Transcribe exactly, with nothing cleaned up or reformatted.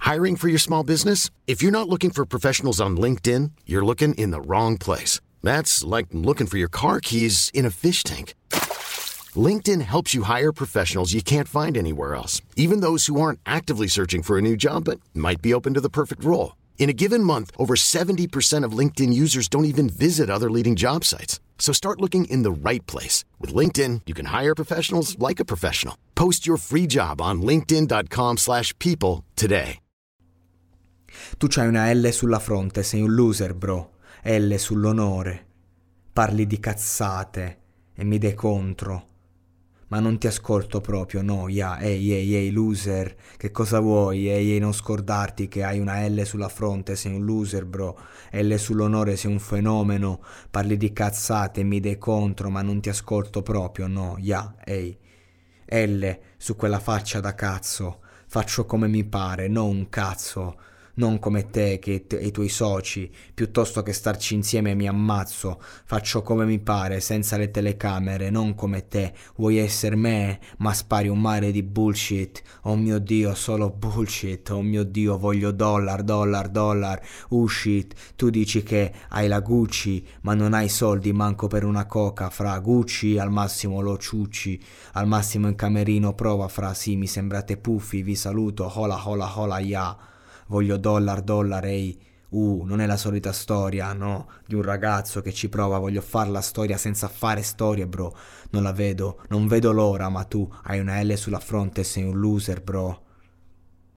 Hiring for your small business? If you're not looking for professionals on LinkedIn, you're looking in the wrong place. That's like looking for your car keys in a fish tank. LinkedIn helps you hire professionals you can't find anywhere else, even those who aren't actively searching for a new job but might be open to the perfect role. In a given month, over seventy percent of LinkedIn users don't even visit other leading job sites. So start looking in the right place. With LinkedIn, you can hire professionals like a professional. Post your free job on linkedin.com slash people today. Tu c'hai una L sulla fronte, sei un loser, bro. L sull'onore. Parli di cazzate e mi dai contro. Ma non ti ascolto proprio, no, yeah, ehi, ehi, ehi, loser, che cosa vuoi? Ehi, ehi, non scordarti che hai una L sulla fronte, sei un loser, bro. L sull'onore, sei un fenomeno. Parli di cazzate e mi dai contro, ma non ti ascolto proprio, no, yeah, ehi. L su quella faccia da cazzo, faccio come mi pare, non un cazzo. Non come te che e i tuoi soci, piuttosto che starci insieme mi ammazzo, faccio come mi pare, senza le telecamere, non come te, vuoi essere me, ma spari un mare di bullshit, oh mio Dio, solo bullshit, oh mio Dio, voglio dollar, dollar, dollar, uh shit, tu dici che hai la Gucci, ma non hai soldi manco per una coca, fra Gucci, al massimo lo ciucci, al massimo in camerino prova, fra sì, mi sembrate puffi, vi saluto, hola, hola, hola, ya. Voglio dollar, dollar, ehi, uh, non è la solita storia, no, di un ragazzo che ci prova, voglio fare la storia senza fare storie, bro, non la vedo, non vedo l'ora, ma tu hai una L sulla fronte e sei un loser, bro.